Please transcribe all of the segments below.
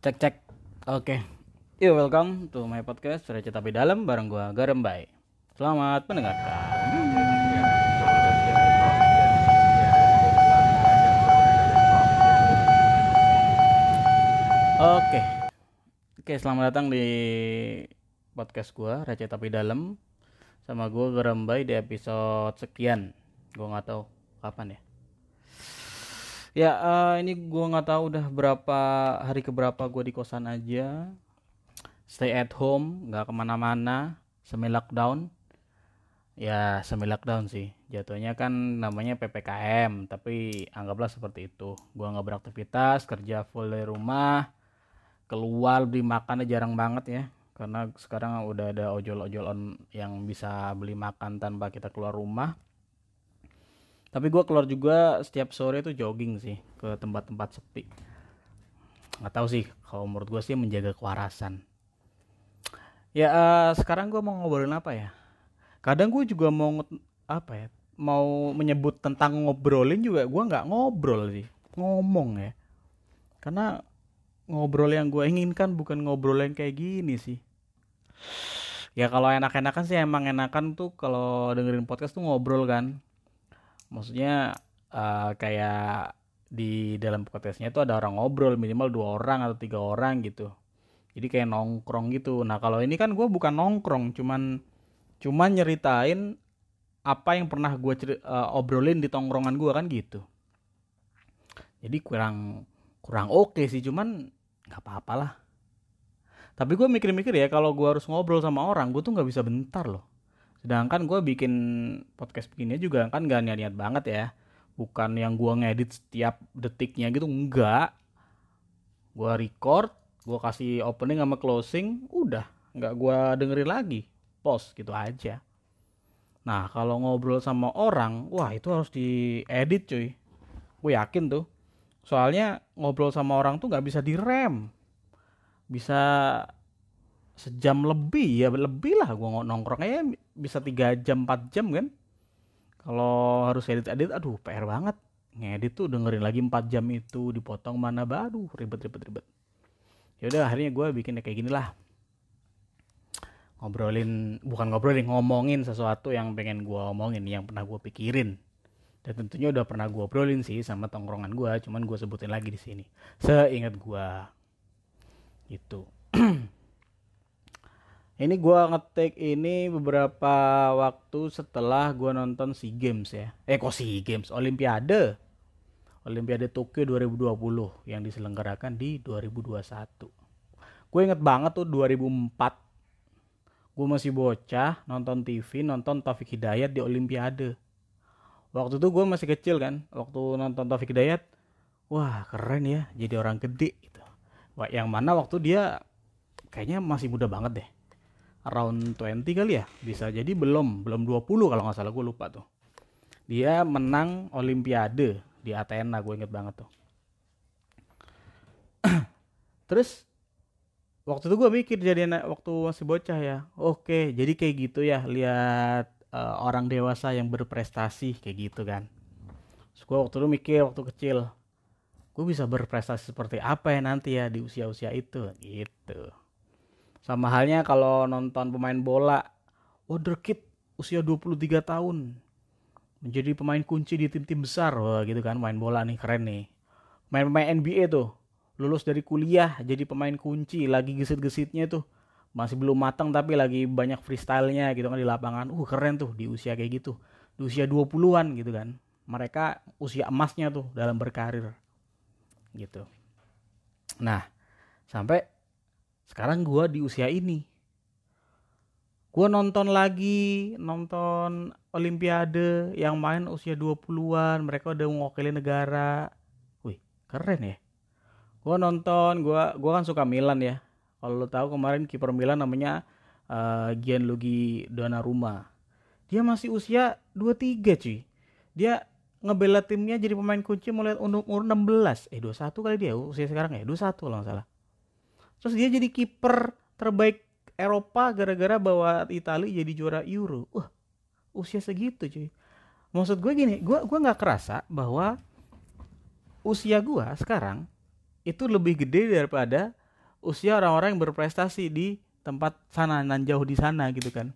Cek cek. Oke. Yo, welcome to my podcast Receh Tapi Dalam bareng gua Garembai. Selamat mendengarkan. Oke. Oke, selamat datang di podcast gua Receh Tapi Dalam sama gua Garembai di episode sekian. Gua nggak tahu kapan ya. Ya, ini gua nggak tahu udah berapa hari keberapa gua di kosan aja. Stay at home, nggak kemana-mana, semi lockdown. Ya semi lockdown sih, jatuhnya kan namanya PPKM, tapi anggaplah seperti itu. Gua nggak beraktivitas, kerja full dari rumah, keluar beli makannya jarang banget ya, karena sekarang udah ada ojol-ojol yang bisa beli makan tanpa kita keluar rumah. Tapi gua keluar juga setiap sore tuh jogging sih ke tempat-tempat sepi. Nggak tahu sih, kalau menurut gua sih menjaga kewarasan. Ya, sekarang gue mau ngobrolin apa ya? Kadang gue juga mau apa ya? Mau menyebut tentang ngobrolin juga gue nggak ngobrol sih, ngomong ya. Karena ngobrol yang gue inginkan bukan ngobrol yang kayak gini sih. Ya kalau enak-enakan sih emang enakan tuh kalau dengerin podcast tuh ngobrol kan. Maksudnya kayak di dalam podcastnya tuh ada orang ngobrol minimal 2 orang atau 3 orang gitu. Jadi kayak nongkrong gitu. Nah kalau ini kan gue bukan nongkrong, cuman nyeritain apa yang pernah gue obrolin di tongkrongan gue kan gitu. Jadi kurang oke sih, cuman nggak apa-apa lah. Tapi gue mikir-mikir ya, kalau gue harus ngobrol sama orang, gue tuh nggak bisa bentar loh. Sedangkan gue bikin podcast begini juga kan nggak niat-niat banget ya. Bukan yang gue ngedit setiap detiknya gitu, enggak. Gue record, gue kasih opening sama closing, udah nggak gue dengerin lagi, post gitu aja. Nah kalau ngobrol sama orang, wah itu harus diedit cuy. Gue yakin tuh. Soalnya ngobrol sama orang tuh nggak bisa direm. Bisa sejam lebih ya, lebih lah gue nongkrong aja bisa 3 jam 4 jam kan. Kalau harus edit-edit, aduh PR banget. Ngedit tuh dengerin lagi 4 jam itu, dipotong mana, baru ribet. Ya udah akhirnya gue bikin kayak gini lah. Ngomongin sesuatu yang pengen gue omongin, yang pernah gue pikirin. Dan tentunya udah pernah gue obrolin sih sama tongkrongan gue, cuman gue sebutin lagi di sini. Seingat gue gitu. Ini gue ngetik ini beberapa waktu setelah gue nonton SEA Games ya. Kok SEA Games? Olimpiade Tokyo 2020 yang diselenggarakan di 2021. Gue inget banget tuh 2004. Gue masih bocah, nonton TV, nonton Taufik Hidayat di Olimpiade. Waktu itu gue masih kecil kan, waktu nonton Taufik Hidayat, wah keren ya, jadi orang gede gitu. Wah, yang mana waktu dia kayaknya masih muda banget deh. Around 20 kali ya, bisa jadi belum 20 kalau nggak salah, gue lupa tuh. Dia menang Olimpiade di Athena, gue inget banget tuh. Terus waktu itu gue mikir jadi waktu masih bocah ya, oke jadi kayak gitu ya, lihat orang dewasa yang berprestasi kayak gitu kan. Terus gue waktu itu mikir waktu kecil, gue bisa berprestasi seperti apa ya nanti ya di usia-usia itu gitu. Sama halnya kalau nonton pemain bola, wonderkid usia 23 tahun menjadi pemain kunci di tim-tim besar. Wah gitu kan, main bola nih keren nih. Pemain-pemain NBA tuh lulus dari kuliah jadi pemain kunci, lagi gesit-gesitnya tuh masih belum matang tapi lagi banyak freestyle-nya gitu kan di lapangan. Keren tuh di usia kayak gitu. Di usia 20-an gitu kan. Mereka usia emasnya tuh dalam berkarir gitu. Nah, sampai sekarang gue di usia ini, gue nonton Olimpiade yang main usia 20-an, mereka udah mewakili negara. Wih, keren ya. Gue kan suka Milan ya. Kalau lo tahu kemarin kiper Milan namanya Gianluigi Donnarumma. Dia masih usia 23 cuy. Dia ngebela timnya jadi pemain kunci mulai umur 16. 21 kali dia usia sekarang ya, 21 kalau nggak salah. Terus dia jadi kiper terbaik Eropa gara-gara bawa Italia jadi juara Euro. Usia segitu cuy. Maksud gue gini, gue nggak kerasa bahwa usia gue sekarang itu lebih gede daripada usia orang-orang yang berprestasi di tempat sana nan jauh di sana gitu kan.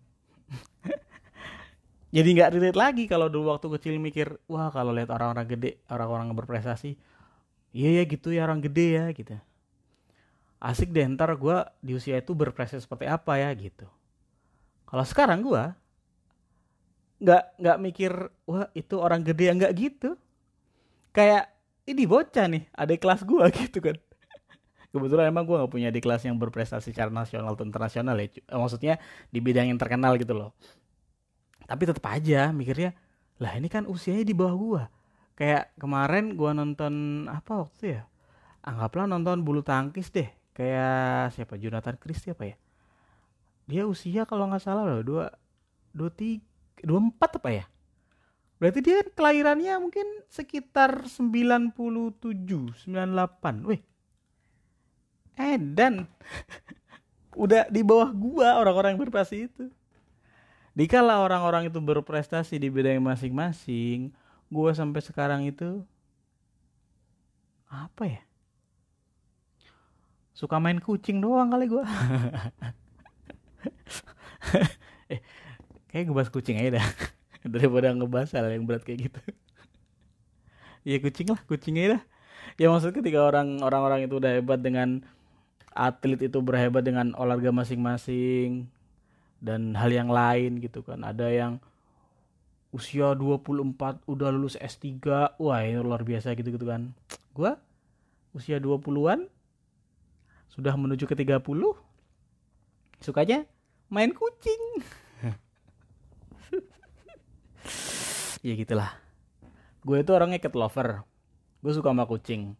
Jadi nggak relate lagi kalau dulu waktu kecil mikir, wah kalau lihat orang-orang gede, orang-orang yang berprestasi, iya ya gitu ya orang gede ya gitu. Asik deh ntar gue di usia itu berprestasi seperti apa ya gitu. Kalau sekarang gue nggak mikir, wah itu orang gede ya, nggak gitu. Kayak ini bocah nih, ada kelas gue gitu kan. Kebetulan emang gue nggak punya di kelas yang berprestasi secara nasional atau internasional ya. Maksudnya di bidang yang terkenal gitu loh. Tapi tetap aja mikirnya, lah ini kan usianya di bawah gua. Kayak kemarin gua nonton apa waktu ya? Anggaplah nonton bulu tangkis deh. Kayak siapa? Jonathan Christie apa ya? Dia usia kalau nggak salah loh dua tiga dua empat apa ya? Berarti dia kelahirannya mungkin sekitar 97, 98. Wih, dan udah di bawah gua orang-orang yang berprestasi itu. Dikala orang-orang itu berprestasi di bidang masing-masing, gue sampai sekarang itu apa ya? Suka main kucing doang kali gue. eh, kayak gue bahas kucing aja dah daripada ngebahas hal yang berat kayak gitu. Ya kucing lah, kucing aja dah. Ya maksud ketika orang-orang itu udah hebat dengan atlet itu berhebat dengan olahraga masing-masing dan hal yang lain gitu kan. Ada yang usia 24 udah lulus S3. Wah, ini luar biasa gitu-gitu kan. Gua usia 20-an sudah menuju ke 30, sukanya main kucing. Ya gitulah. Gue itu orangnya cat lover. Gue suka sama kucing.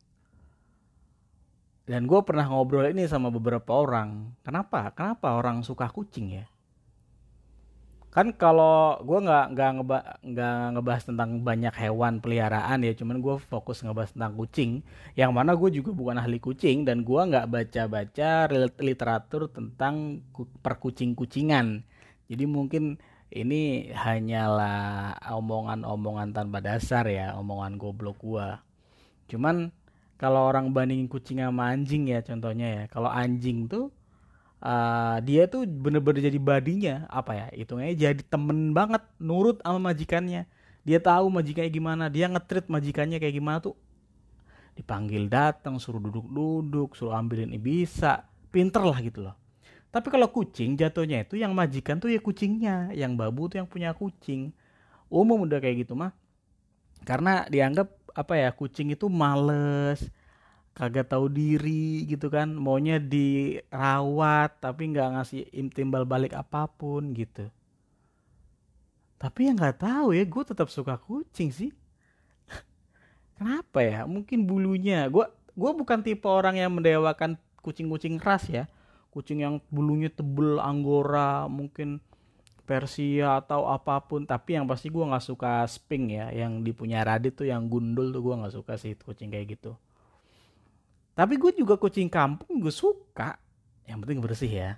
Dan gue pernah ngobrol ini sama beberapa orang. Kenapa orang suka kucing ya? Kan kalau gue nggak ngebahas tentang banyak hewan peliharaan ya, cuman gue fokus ngebahas tentang kucing, yang mana gue juga bukan ahli kucing dan gue nggak baca literatur tentang perkucing-kucingan. Jadi mungkin ini hanyalah omongan-omongan tanpa dasar ya, omongan goblok gue. Cuman kalau orang bandingin kucing sama anjing ya, contohnya ya, kalau anjing tuh dia tuh bener-bener jadi badinya, apa ya, hitungnya jadi temen banget, nurut sama majikannya. Dia tahu majikannya gimana, dia nge-treat majikannya kayak gimana tuh, dipanggil datang, suruh duduk-duduk, suruh ambilin ini bisa, pinter lah gitu loh. Tapi kalau kucing jatuhnya itu yang majikan tuh ya kucingnya, yang babu tuh yang punya kucing. Umum udah kayak gitu mah, karena dianggap apa ya, kucing itu males, kagak tahu diri gitu kan, maunya dirawat tapi nggak ngasih timbal balik apapun gitu. Tapi yang nggak tahu ya, gue tetap suka kucing sih. Kenapa ya? Mungkin bulunya. Gue bukan tipe orang yang mendewakan kucing-kucing ras ya. Kucing yang bulunya tebel, Angora, mungkin Persia atau apapun. Tapi yang pasti gue nggak suka Sphinx ya, yang dipunya Radit tuh yang gundul tuh gue nggak suka sih kucing kayak gitu. Tapi gue juga kucing kampung gue suka. Yang penting bersih ya.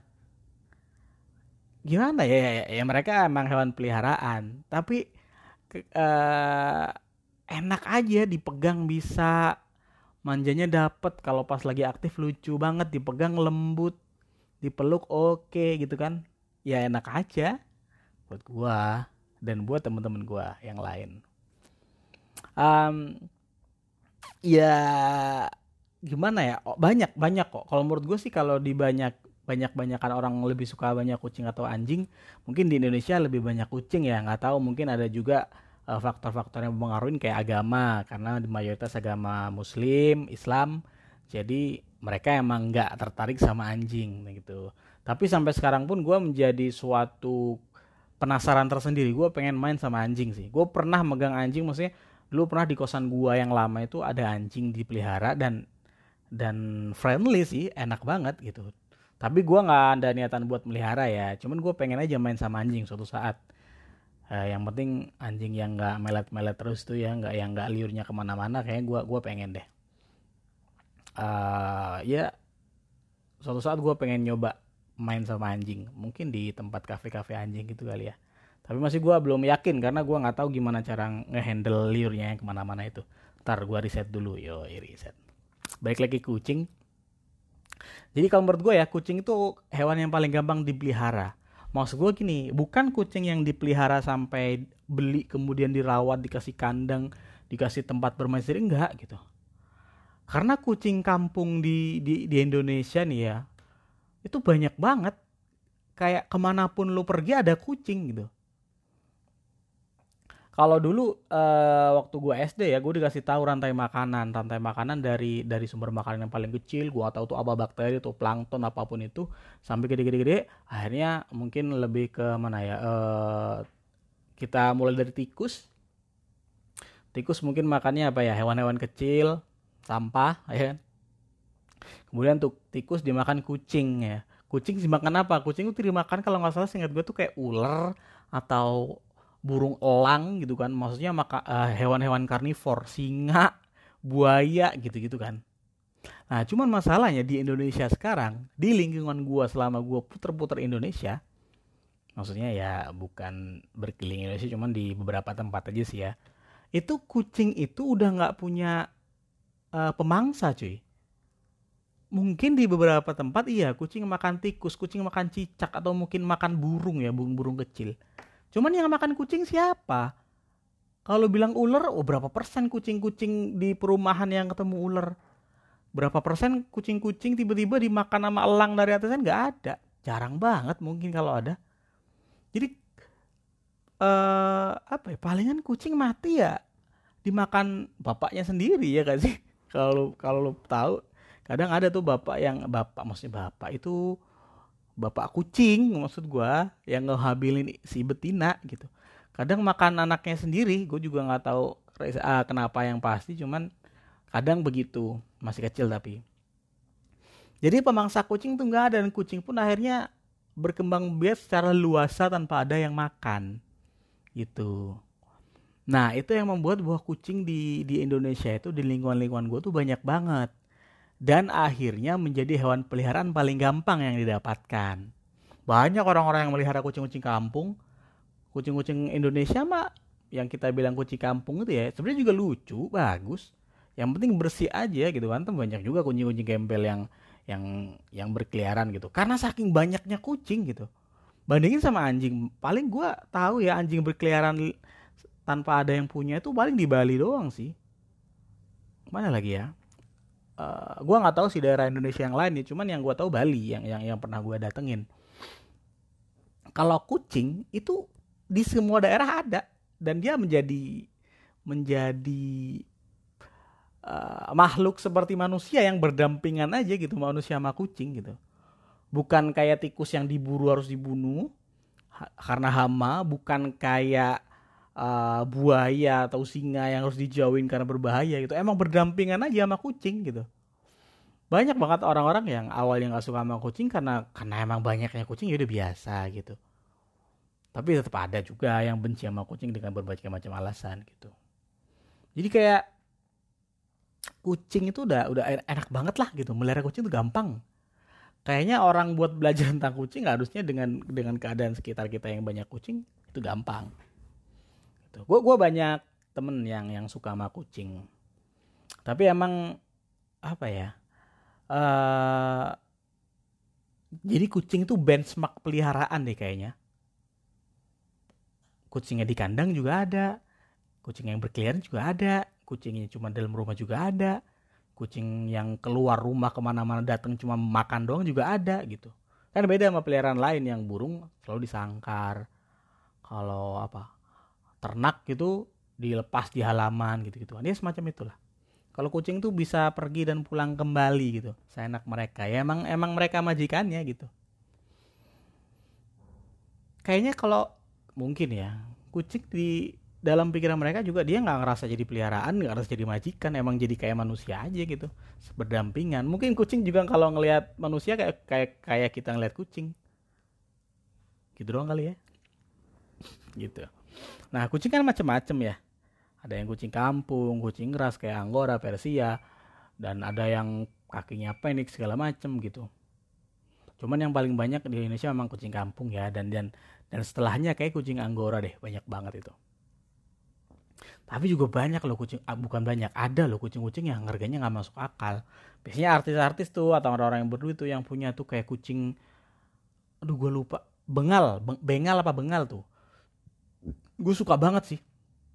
Gimana ya mereka emang hewan peliharaan. Tapi eh, enak aja dipegang bisa. Manjanya dapet. Kalau pas lagi aktif lucu banget. Dipegang lembut. Dipeluk oke gitu kan. Ya enak aja. Buat gue. Dan buat temen-temen gue yang lain. Ya gimana ya, banyak kok kalau menurut gue sih. Kalau di banyakan orang lebih suka banyak kucing atau anjing, mungkin di Indonesia lebih banyak kucing ya, nggak tahu, mungkin ada juga faktor-faktor yang mempengaruhi kayak agama, karena di mayoritas agama Muslim Islam, jadi mereka emang nggak tertarik sama anjing gitu. Tapi sampai sekarang pun gue menjadi suatu penasaran tersendiri, gue pengen main sama anjing sih. Gue pernah megang anjing, maksudnya dulu pernah di kosan gua yang lama itu ada anjing dipelihara, dan friendly sih, enak banget gitu. Tapi gua nggak ada niatan buat melihara ya, cuman gua pengen aja main sama anjing suatu saat. Yang penting anjing yang nggak melet-melet terus tuh ya, nggak yang nggak liurnya kemana-mana, kayaknya gua pengen deh. Ya suatu saat gua pengen nyoba main sama anjing, mungkin di tempat kafe-kafe anjing gitu kali ya. Tapi masih gue belum yakin karena gue nggak tahu gimana cara ngehandle liurnya yang kemana-mana itu. Ntar gue riset dulu, riset. Baik lagi kucing. Jadi kalau menurut gue ya, kucing itu hewan yang paling gampang dipelihara. Maksud gue gini, bukan kucing yang dipelihara sampai beli kemudian dirawat, dikasih kandang, dikasih tempat bermain sendiri, enggak gitu. Karena kucing kampung di Indonesia nih ya, itu banyak banget. Kayak kemanapun lu pergi ada kucing gitu. Kalau dulu waktu gue SD ya, gue dikasih tahu rantai makanan dari sumber makanan yang paling kecil, gue tahu tuh apa bakteri, tuh plankton apapun itu, sampai gede-gede. Akhirnya mungkin lebih ke mana ya? Kita mulai dari tikus. Tikus mungkin makannya apa ya? Hewan-hewan kecil, sampah, ya kan? Kemudian tuh tikus dimakan kucing ya. Kucing dimakan apa? Kucing itu dimakan kalau nggak salah seingat gue tuh kayak ular atau burung elang gitu kan. Maksudnya hewan-hewan karnivor, singa, buaya gitu-gitu kan. Nah, cuman masalahnya di Indonesia sekarang, di lingkungan gua selama gua puter-puter Indonesia, maksudnya ya bukan berkeliling Indonesia, cuman di beberapa tempat aja sih ya. Itu kucing itu udah nggak punya pemangsa, cuy. Mungkin di beberapa tempat iya kucing makan tikus, kucing makan cicak atau mungkin makan burung ya, burung-burung kecil. Cuman yang makan kucing siapa? Kalau bilang ular, oh berapa persen kucing-kucing di perumahan yang ketemu ular? Berapa persen kucing-kucing tiba-tiba dimakan sama elang dari atasnya nggak ada. Jarang banget mungkin kalau ada. Jadi apa ya? Palingan kucing mati ya dimakan bapaknya sendiri ya kan sih? Kalau kalau lo tahu, kadang ada tuh bapak maksudnya bapak itu bapak kucing maksud gua yang ngehabilin si betina gitu. Kadang makan anaknya sendiri, gue juga nggak tahu kenapa yang pasti, cuman kadang begitu, masih kecil tapi. Jadi pemangsa kucing tuh nggak ada dan kucing pun akhirnya berkembang biak secara luasa tanpa ada yang makan gitu. Nah itu yang membuat buah kucing di Indonesia itu di lingkungan-lingkungan gue tuh banyak banget. Dan akhirnya menjadi hewan peliharaan paling gampang yang didapatkan. Banyak orang-orang yang melihara kucing-kucing kampung. Kucing-kucing Indonesia mah yang kita bilang kucing kampung itu ya sebenarnya juga lucu, bagus. Yang penting bersih aja gitu kan. Tuh banyak juga kucing-kucing gembel yang berkeliaran gitu. Karena saking banyaknya kucing gitu. Bandingin sama anjing, paling gua tahu ya anjing berkeliaran tanpa ada yang punya itu paling di Bali doang sih. Mana lagi ya? Gua nggak tahu sih daerah Indonesia yang lain ya, cuman yang gua tahu Bali yang pernah gua datengin. Kalau kucing itu di semua daerah ada dan dia menjadi makhluk seperti manusia yang berdampingan aja gitu, manusia sama kucing gitu. Bukan kayak tikus yang diburu harus dibunuh karena hama, bukan kayak buaya atau singa yang harus dijauhin karena berbahaya gitu. Emang berdampingan aja sama kucing gitu. Banyak banget orang-orang yang awalnya nggak suka sama kucing karena emang banyaknya kucing ya udah biasa gitu. Tapi tetap ada juga yang benci sama kucing dengan berbagai macam alasan gitu. Jadi kayak kucing itu udah enak banget lah gitu. Melihara kucing itu gampang. Kayaknya orang buat belajar tentang kucing harusnya dengan keadaan sekitar kita yang banyak kucing itu gampang. Gitu. Gue banyak temen yang suka sama kucing. Tapi emang apa ya? Jadi kucing itu benchmark peliharaan deh kayaknya. Kucingnya di kandang juga ada, kucing yang berkeliaran juga ada, kucingnya cuma dalam rumah juga ada, kucing yang keluar rumah kemana-mana datang cuma makan doang juga ada gitu. Kan beda sama peliharaan lain yang burung selalu disangkar. Kalau apa ternak gitu dilepas di halaman gitu-gitu. Dia semacam itulah. Kalau kucing tuh bisa pergi dan pulang kembali gitu, seenak mereka. Ya emang mereka majikannya gitu. Kayaknya kalau mungkin ya kucing di dalam pikiran mereka juga dia nggak ngerasa jadi peliharaan, nggak ngerasa jadi majikan, emang jadi kayak manusia aja gitu, berdampingan. Mungkin kucing juga kalau ngelihat manusia kayak kita ngelihat kucing gitu doang kali ya gitu. Nah kucing kan macem-macem ya, ada yang kucing kampung, kucing ras kayak Angora, Persia, dan ada yang kakinya pendek segala macem gitu. Cuman yang paling banyak di Indonesia memang kucing kampung ya, dan setelahnya kayak kucing Anggora deh banyak banget itu. Tapi juga banyak loh kucing, bukan banyak, ada loh kucing-kucing yang harganya nggak masuk akal. Biasanya artis-artis tuh atau orang-orang yang berduit tuh yang punya tuh kayak kucing, aduh gue lupa, bengal apa bengal tuh. Gue suka banget sih.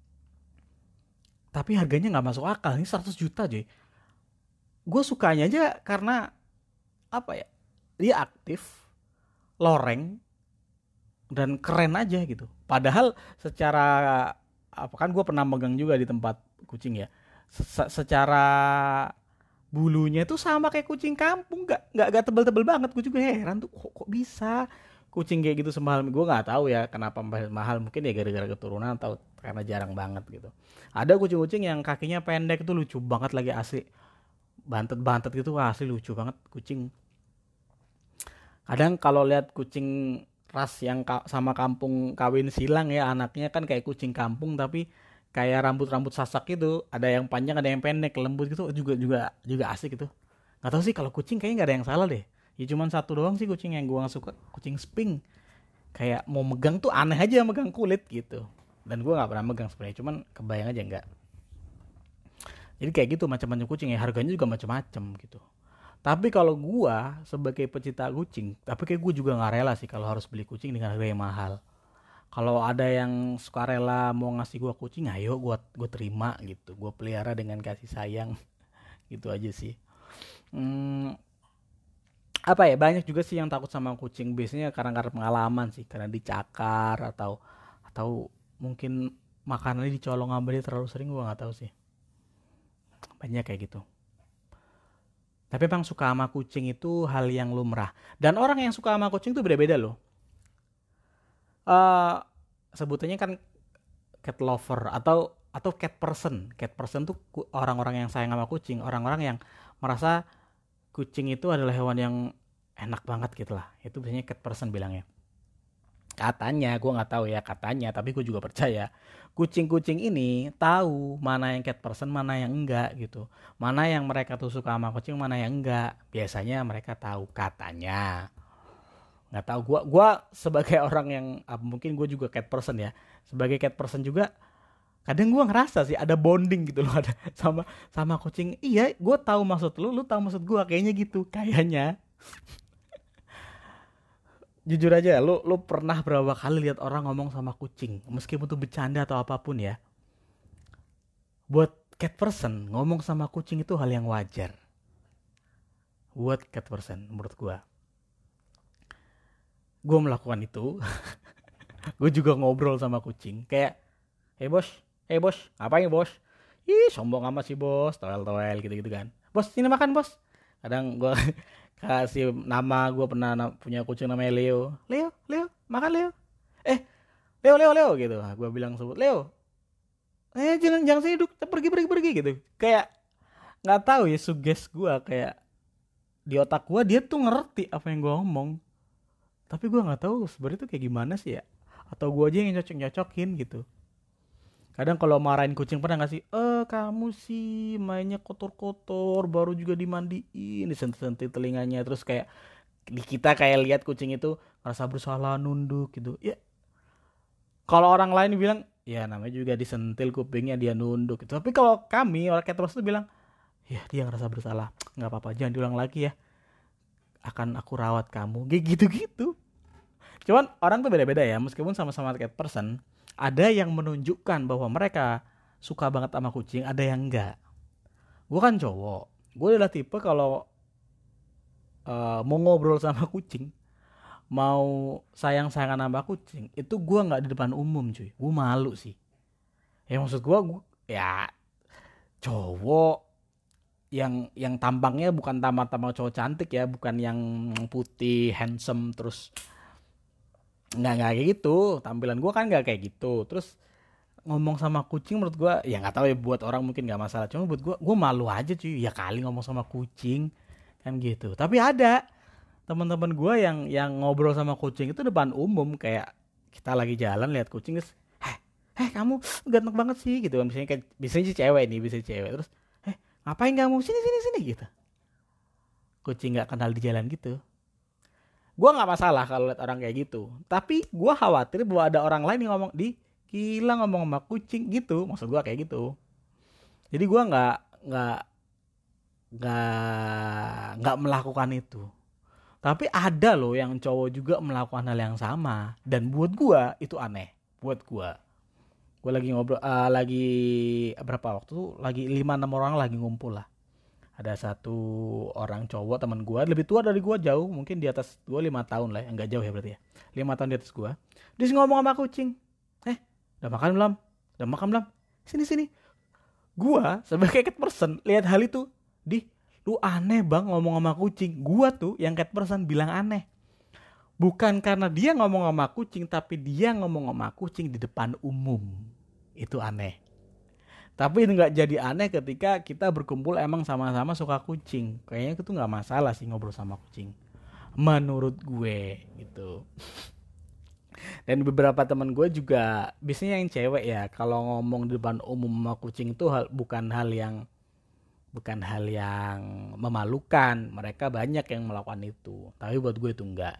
Tapi harganya nggak masuk akal, ini 100 juta Joy. Gue sukanya aja karena apa ya? Dia aktif, loreng, dan keren aja gitu. Padahal secara apa kan gue pernah megang juga di tempat kucing ya. Secara bulunya tuh sama kayak kucing kampung, nggak tebel-tebel banget. Gue juga heran tuh kok bisa kucing kayak gitu semahal. Gue nggak tahu ya kenapa mahal, mungkin ya gara-gara keturunan atau karena jarang banget gitu. Ada kucing-kucing yang kakinya pendek itu lucu banget lagi, asli bantet-bantet gitu, asli lucu banget kucing. Kadang kalau lihat kucing ras yang sama kampung kawin silang ya, anaknya kan kayak kucing kampung tapi kayak rambut-rambut sasak gitu, ada yang panjang ada yang pendek lembut gitu, juga asik gitu. Nggak tahu sih, kalau kucing kayaknya nggak ada yang salah deh. Ya cuman satu doang sih kucing yang gua nggak suka, kucing Sphinx. Kayak mau megang tuh aneh aja, megang kulit gitu. Dan gua nggak pernah megang sebenarnya, cuman kebayang aja nggak. Jadi kayak gitu macam-macam kucing ya, harganya juga macam-macam gitu. Tapi kalau gua sebagai pecinta kucing, tapi kayak gua juga nggak rela sih kalau harus beli kucing dengan harga yang mahal. Kalau ada yang suka rela mau ngasih gua kucing, ayo gua terima gitu. Gua pelihara dengan kasih sayang. Gitu aja sih. Hmm, apa ya, banyak juga sih yang takut sama kucing. Biasanya karena pengalaman sih, karena dicakar atau mungkin makanannya dicolong sama dia terlalu sering, gua nggak tahu sih. Banyak kayak gitu. Tapi emang suka sama kucing itu hal yang lumrah. Dan orang yang suka sama kucing itu beda-beda loh. Eh Sebutannya kan cat lover atau cat person. Cat person tuh orang-orang yang sayang sama kucing, orang-orang yang merasa kucing itu adalah hewan yang enak banget gitu lah. Itu biasanya cat person bilangnya. Katanya, gue nggak tahu ya katanya, tapi gue juga percaya. Kucing-kucing ini tahu mana yang cat person, mana yang enggak gitu. Mana yang mereka tuh suka sama kucing, mana yang enggak. Biasanya mereka tahu katanya. Nggak tahu, gue sebagai orang yang mungkin gue juga cat person ya. Sebagai cat person juga kadang gue ngerasa sih ada bonding gitu loh, ada sama sama kucing. Iya, gue tahu maksud lu tahu maksud gue, kayaknya gitu kayaknya. Jujur aja, lu pernah berapa kali lihat orang ngomong sama kucing meskipun tuh bercanda atau apapun ya? Buat cat person ngomong sama kucing itu hal yang wajar. Buat cat person menurut gue melakukan itu. Gue juga ngobrol sama kucing kayak, hey bos, ngapain bos? Ih, sombong amat sih bos, toel gitu gitu kan. Bos, sini makan bos. Kadang gue kasih nama, gue pernah punya kucing namanya Leo. Leo, makan Leo. Eh, Leo gitu. Gue bilang sebut Leo. Jangan sini duduk, pergi gitu. Kayak nggak tahu ya, suges gue kayak di otak gue dia tuh ngerti apa yang gue ngomong. Tapi gue nggak tahu sebenarnya tuh kayak gimana sih ya. Atau gue aja yang nyocok-nyocokin gitu. Kadang kalau marahin kucing pernah gak sih? Kamu sih mainnya kotor-kotor, baru juga dimandiin, disentil-sentil telinganya, terus kayak di kita kayak lihat kucing itu merasa bersalah nunduk gitu. Ya, kalau orang lain bilang, ya namanya juga disentil kupingnya dia nunduk gitu. Tapi kalau kami orang cat itu bilang, ya dia ngerasa bersalah, nggak apa-apa, jangan diulang lagi ya. Akan aku rawat kamu, kayak gitu-gitu. Cuman orang tuh beda-beda ya, meskipun sama-sama cat person, ada yang menunjukkan bahwa mereka suka banget sama kucing, ada yang enggak. Gue kan cowok, gue adalah tipe kalau mau ngobrol sama kucing, mau sayang-sayangan sama kucing, itu gue nggak di depan umum cuy, gue malu sih. Ya maksud gue ya cowok yang tampangnya bukan tampang cowok cantik ya, bukan yang putih handsome terus nggak kayak gitu, tampilan gue kan nggak kayak gitu. Terus ngomong sama kucing menurut gue ya nggak tahu ya, buat orang mungkin nggak masalah, cuma buat gue malu aja cuy, ya kali ngomong sama kucing kan gitu. Tapi ada teman-teman gue yang ngobrol sama kucing itu depan umum, kayak kita lagi jalan lihat kucing terus, kamu ganteng banget sih gitu, misalnya kayak biasanya sih cewek nih, bisa cewek terus, ngapain kamu sini gitu, kucing nggak kenal di jalan gitu. Gue nggak masalah kalau lihat orang kayak gitu, tapi gue khawatir bahwa ada orang lain yang ngomong gila ngomong sama kucing gitu, maksud gue kayak gitu. Jadi gue nggak melakukan itu. Tapi ada loh yang cowok juga melakukan hal yang sama, dan buat gue itu aneh. Buat gue lagi ngobrol, lagi berapa waktu tuh, lagi 5-6 orang lagi ngumpul lah. Ada satu orang cowok teman gue, lebih tua dari gue jauh, mungkin di atas gue 5 tahun lah, nggak jauh ya berarti ya, 5 tahun di atas gue. Dia ngomong sama kucing, udah makan belum, sini. Gue sebagai cat person lihat hal itu, lu aneh bang ngomong sama kucing. Gue tuh yang cat person bilang aneh, bukan karena dia ngomong sama kucing, tapi dia ngomong sama kucing di depan umum. Itu aneh. Tapi nggak jadi aneh ketika kita berkumpul emang sama-sama suka kucing. Kayaknya itu nggak masalah sih ngobrol sama kucing, menurut gue gitu. Dan beberapa teman gue juga biasanya yang cewek ya, kalau ngomong di depan umum sama kucing itu bukan hal yang memalukan. Mereka banyak yang melakukan itu, tapi buat gue itu enggak.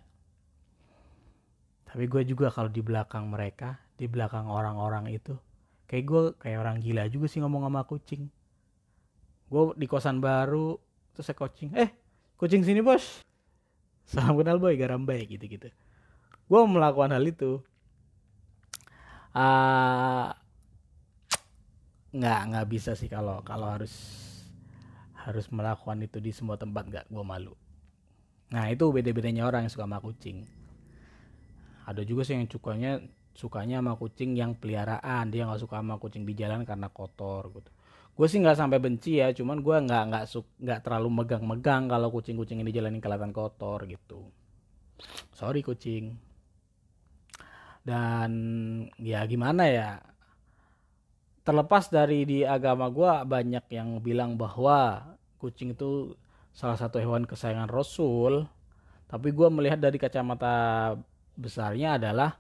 Tapi gue juga kalau di belakang mereka, di belakang orang-orang itu, kayak gue kayak orang gila juga sih ngomong sama kucing. Gue di kosan baru, terus saya kucing sini bos, salam kenal boy, garam baik gitu-gitu. Gue melakukan hal itu. Nggak bisa sih kalau harus melakukan itu di semua tempat, nggak, gue malu. Nah itu beda-bedanya orang yang suka sama kucing. Ada juga sih yang sukanya sama kucing yang peliharaan, dia nggak suka sama kucing di jalan karena kotor gitu. Gue sih nggak sampai benci ya, cuman gue nggak terlalu megang-megang kalau kucing-kucing ini jalanin kelihatan kotor gitu. Sorry kucing. Dan ya gimana ya, terlepas dari di agama gue banyak yang bilang bahwa kucing itu salah satu hewan kesayangan Rasul, tapi gue melihat dari kacamata besarnya adalah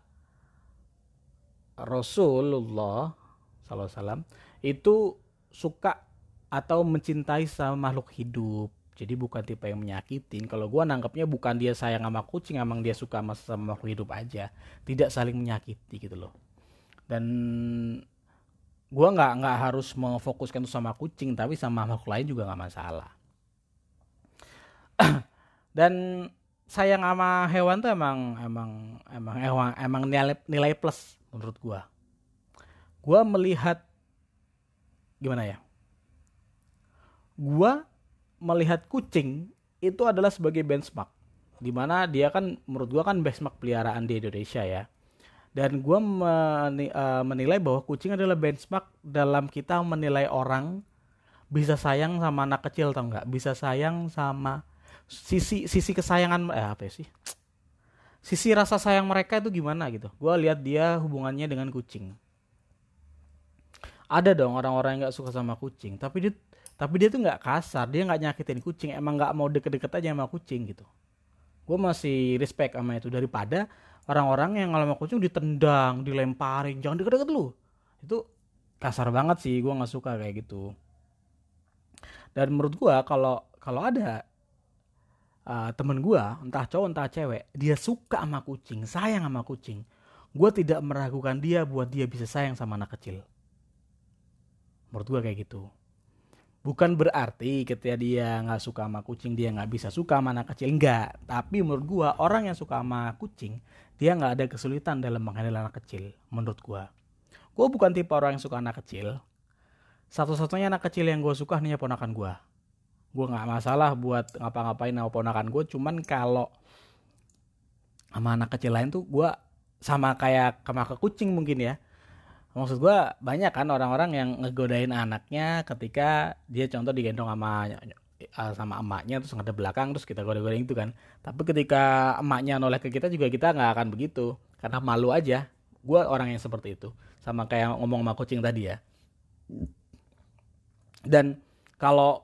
Rasulullah SAW itu suka atau mencintai sama makhluk hidup. Jadi bukan tipe yang menyakitin. Kalau gue nangkepnya bukan dia sayang sama kucing, emang dia suka sama makhluk hidup aja, tidak saling menyakiti gitu loh. Dan gue nggak harus memfokuskan itu sama kucing, tapi sama makhluk lain juga nggak masalah. Dan sayang sama hewan tuh emang nilai plus menurut gue. Gue melihat gimana ya? Gue melihat kucing itu adalah sebagai benchmark, dimana dia kan menurut gue kan benchmark peliharaan di Indonesia ya. Dan gue menilai bahwa kucing adalah benchmark dalam kita menilai orang bisa sayang sama anak kecil atau enggak, bisa sayang sama sisi kesayangan sisi rasa sayang mereka itu gimana gitu. Gue lihat dia hubungannya dengan kucing. Ada dong orang-orang yang nggak suka sama kucing, tapi dia tuh nggak kasar, dia nggak nyakitin kucing, emang nggak mau deket-deket aja sama kucing gitu. Gue masih respect sama itu daripada orang-orang yang kalau sama kucing ditendang, dilemparin, jangan deket-deket lu. Itu kasar banget sih, gue nggak suka kayak gitu. Dan menurut gue kalau ada temen gue, entah cowok entah cewek, dia suka sama kucing, sayang sama kucing, gue tidak meragukan dia buat dia bisa sayang sama anak kecil. Menurut gue kayak gitu. Bukan berarti ketika dia nggak suka sama kucing dia nggak bisa suka sama anak kecil, enggak. Tapi menurut gue orang yang suka sama kucing dia nggak ada kesulitan dalam menghandle anak kecil. Menurut gue bukan tipe orang yang suka anak kecil. Satu-satunya anak kecil yang gue suka hanya ponakan gue. Gue nggak masalah buat ngapa-ngapain sama ponakan gue. Cuman kalau sama anak kecil lain tuh gue sama kayak ke kucing mungkin ya. Maksud gue banyak kan orang-orang yang ngegodain anaknya ketika dia contoh digendong sama emaknya terus ngadep belakang terus kita goda-godain itu kan. Tapi ketika emaknya noleh ke kita juga kita nggak akan begitu karena malu aja. Gue orang yang seperti itu, sama kayak ngomong sama kucing tadi ya. Dan kalau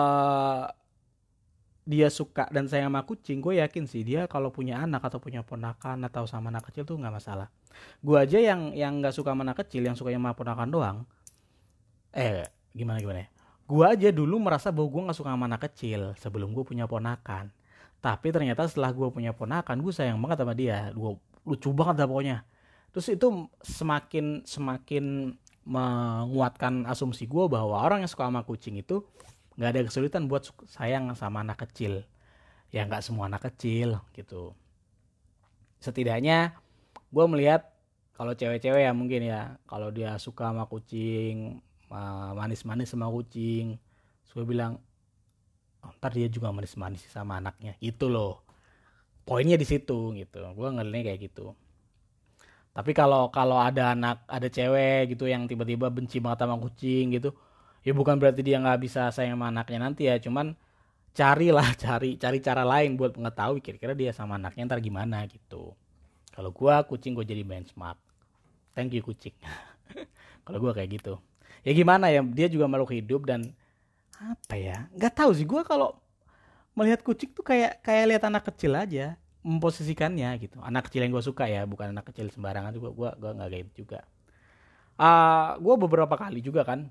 dia suka dan sayang sama kucing, gue yakin sih dia kalau punya anak atau punya ponakan atau sama anak kecil tuh nggak masalah. Gue aja yang nggak suka sama anak kecil, yang suka sama ponakan doang. Gimana ya? Gue aja dulu merasa bahwa gue nggak suka sama anak kecil sebelum gue punya ponakan. Tapi ternyata setelah gue punya ponakan, gue sayang banget sama dia. Gue lucu banget dah pokoknya. Terus itu semakin menguatkan asumsi gue bahwa orang yang suka sama kucing itu nggak ada kesulitan buat sayang sama anak kecil. Ya nggak semua anak kecil gitu. Setidaknya gue melihat kalau cewek-cewek ya mungkin ya, kalau dia suka sama kucing, manis-manis sama kucing, gue bilang, oh, ntar dia juga manis-manis sama anaknya gitu loh. Poinnya di situ gitu. Gue ngeliatnya kayak gitu. Tapi kalau ada cewek gitu yang tiba-tiba benci banget sama kucing gitu, ya bukan berarti dia nggak bisa sayang sama anaknya nanti ya, cuman carilah cari cara lain buat mengetahui kira-kira dia sama anaknya ntar gimana gitu. Kalau gua kucing gua jadi benchmark. Thank you kucing. Kalau gua kayak gitu. Ya gimana ya, dia juga makhluk hidup dan apa ya? Nggak tahu sih gua kalau melihat kucing tuh kayak lihat anak kecil aja, memposisikannya gitu. Anak kecil yang gue suka ya, bukan anak kecil sembarangan juga. Gue nggak kayak gitu juga. Gue beberapa kali juga kan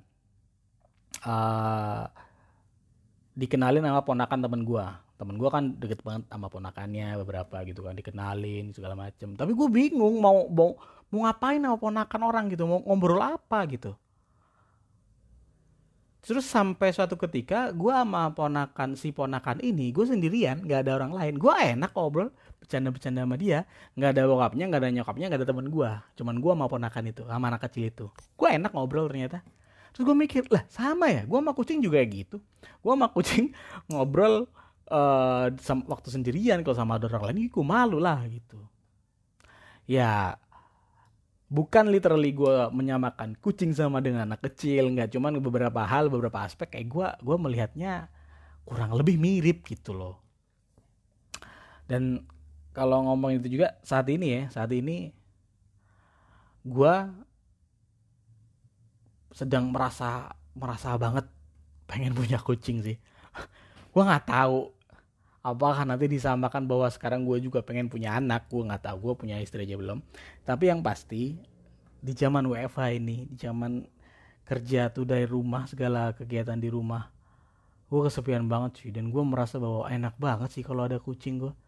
dikenalin sama ponakan temen gue. Temen gue kan deket banget sama ponakannya beberapa gitu kan, dikenalin segala macem. Tapi gue bingung mau ngapain sama ponakan orang gitu, mau ngobrol apa gitu. Terus sampai suatu ketika gue sama ponakan ini gue sendirian, nggak ada orang lain. Gue enak ngobrol bercanda-bercanda sama dia, nggak ada bokapnya, nggak ada nyokapnya, nggak ada temen gue, cuman gue sama ponakan itu, sama anak kecil itu. Gue enak ngobrol ternyata. Terus gue mikir, lah sama ya, gue sama kucing juga gitu. Gue sama kucing ngobrol waktu sendirian. Kalau sama ada orang lain gue malu lah gitu. Ya bukan literally gue menyamakan kucing sama dengan anak kecil, nggak, cuman beberapa hal, beberapa aspek kayak gue melihatnya kurang lebih mirip gitu loh. Dan kalau ngomong itu juga saat ini gue sedang merasa banget pengen punya kucing sih. Gue nggak tahu apakah nanti disamakan bahwa sekarang gue juga pengen punya anak. Gue nggak tahu, gue punya istri aja belum. Tapi yang pasti di zaman WFH ini, di zaman kerja tuh dari rumah, segala kegiatan di rumah, gue kesepian banget sih. Dan gue merasa bahwa enak banget sih kalau ada kucing. Gue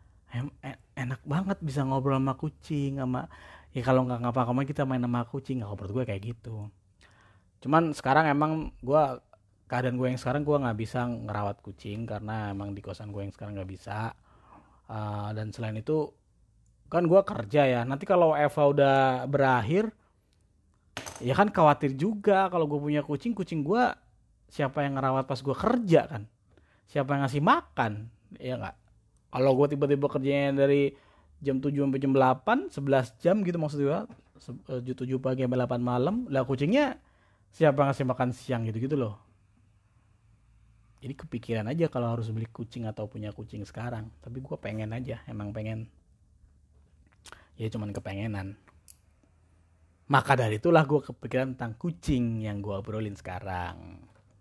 enak banget bisa ngobrol sama kucing, sama ya kalau nggak ngapa-ngapain kita main sama kucing. Nggak, menurut gue kayak gitu. Cuman sekarang emang keadaan gue yang sekarang gue nggak bisa ngerawat kucing karena emang di kosan gue yang sekarang nggak bisa. Dan selain itu kan gue kerja ya, nanti kalau Eva udah berakhir ya kan khawatir juga kalau gue punya kucing gue siapa yang ngerawat pas gue kerja kan, siapa yang ngasih makan, ya nggak. Kalau gue tiba-tiba kerjanya dari jam 7 sampai jam 8 11 jam gitu maksud gue, 7 pagi sampai 8 malam, lah kucingnya siapa yang ngasih makan siang gitu loh. Jadi kepikiran aja kalau harus beli kucing atau punya kucing sekarang. Tapi gue pengen aja, emang pengen. Ya cuman kepengenan. Maka dari itulah gue kepikiran tentang kucing yang gue obrolin sekarang.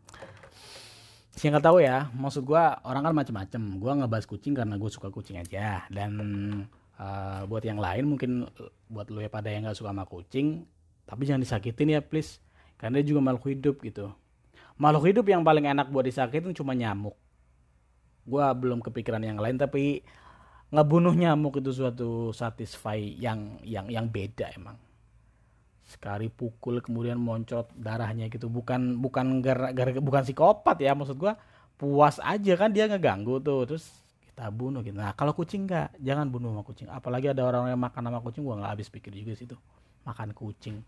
Singkat tahu ya, maksud gue orang kan macem-macem. Gue ngebahas kucing karena gue suka kucing aja. Dan buat yang lain mungkin buat lo ya pada yang gak suka sama kucing, tapi jangan disakitin ya please. Karena dia juga makhluk hidup gitu. Makhluk hidup yang paling enak buat disakitin cuma nyamuk. Gue belum kepikiran yang lain, tapi ngebunuh nyamuk itu suatu satisfy yang beda emang. Sekali pukul kemudian moncot darahnya gitu, bukan bukan psikopat ya, maksud gue puas aja kan dia ngeganggu tuh, terus kita bunuh gitu. Nah kalau kucing nggak, jangan bunuh sama kucing. Apalagi ada orang yang makan sama kucing, gue nggak habis pikir juga sih tuh makan kucing.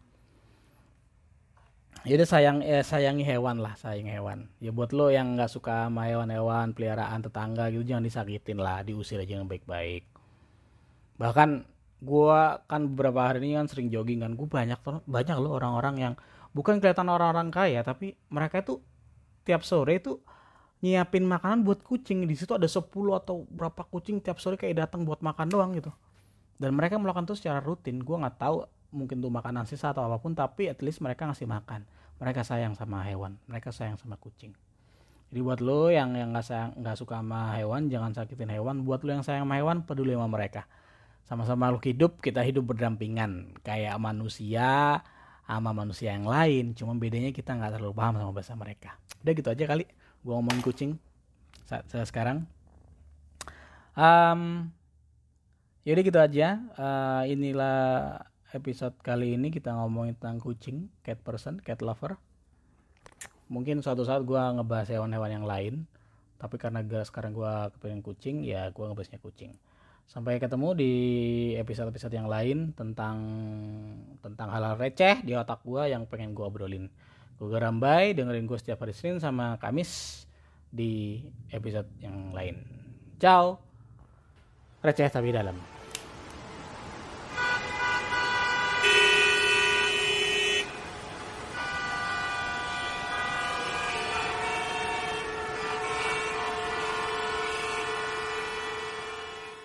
Ya udah sayangi hewan lah, sayang hewan. Ya buat lo yang nggak suka sama hewan-hewan peliharaan tetangga gitu, jangan disakitin lah, diusir aja yang baik-baik. Bahkan gue kan beberapa hari ini kan sering jogging kan, gue banyak lo orang-orang yang bukan kelihatan orang-orang kaya, tapi mereka itu tiap sore itu nyiapin makanan buat kucing. Di situ ada 10 atau berapa kucing tiap sore kayak datang buat makan doang gitu. Dan mereka melakukan itu secara rutin. Gue nggak tahu, mungkin tuh makanan sisa atau apapun, tapi at least mereka ngasih makan. Mereka sayang sama hewan, mereka sayang sama kucing. Jadi buat lo yang nggak suka sama hewan, jangan sakitin hewan. Buat lo yang sayang sama hewan, peduli sama mereka. Sama-sama makhluk hidup, kita hidup berdampingan kayak manusia sama manusia yang lain. Cuma bedanya kita nggak terlalu paham sama bahasa mereka. Udah gitu aja kali gue ngomongin kucing sekarang. Yaudah gitu aja. Inilah episode kali ini kita ngomongin tentang kucing, cat person, cat lover. Mungkin suatu saat gue ngebahas hewan-hewan yang lain, tapi karena sekarang gue kepengen kucing, ya gue ngebahasnya kucing. Sampai ketemu di episode-episode yang lain tentang hal-hal receh di otak gue yang pengen gue obrolin. Gue Rambai, dengerin gue setiap hari Senin sama Kamis di episode yang lain. Ciao. Receh tapi dalam.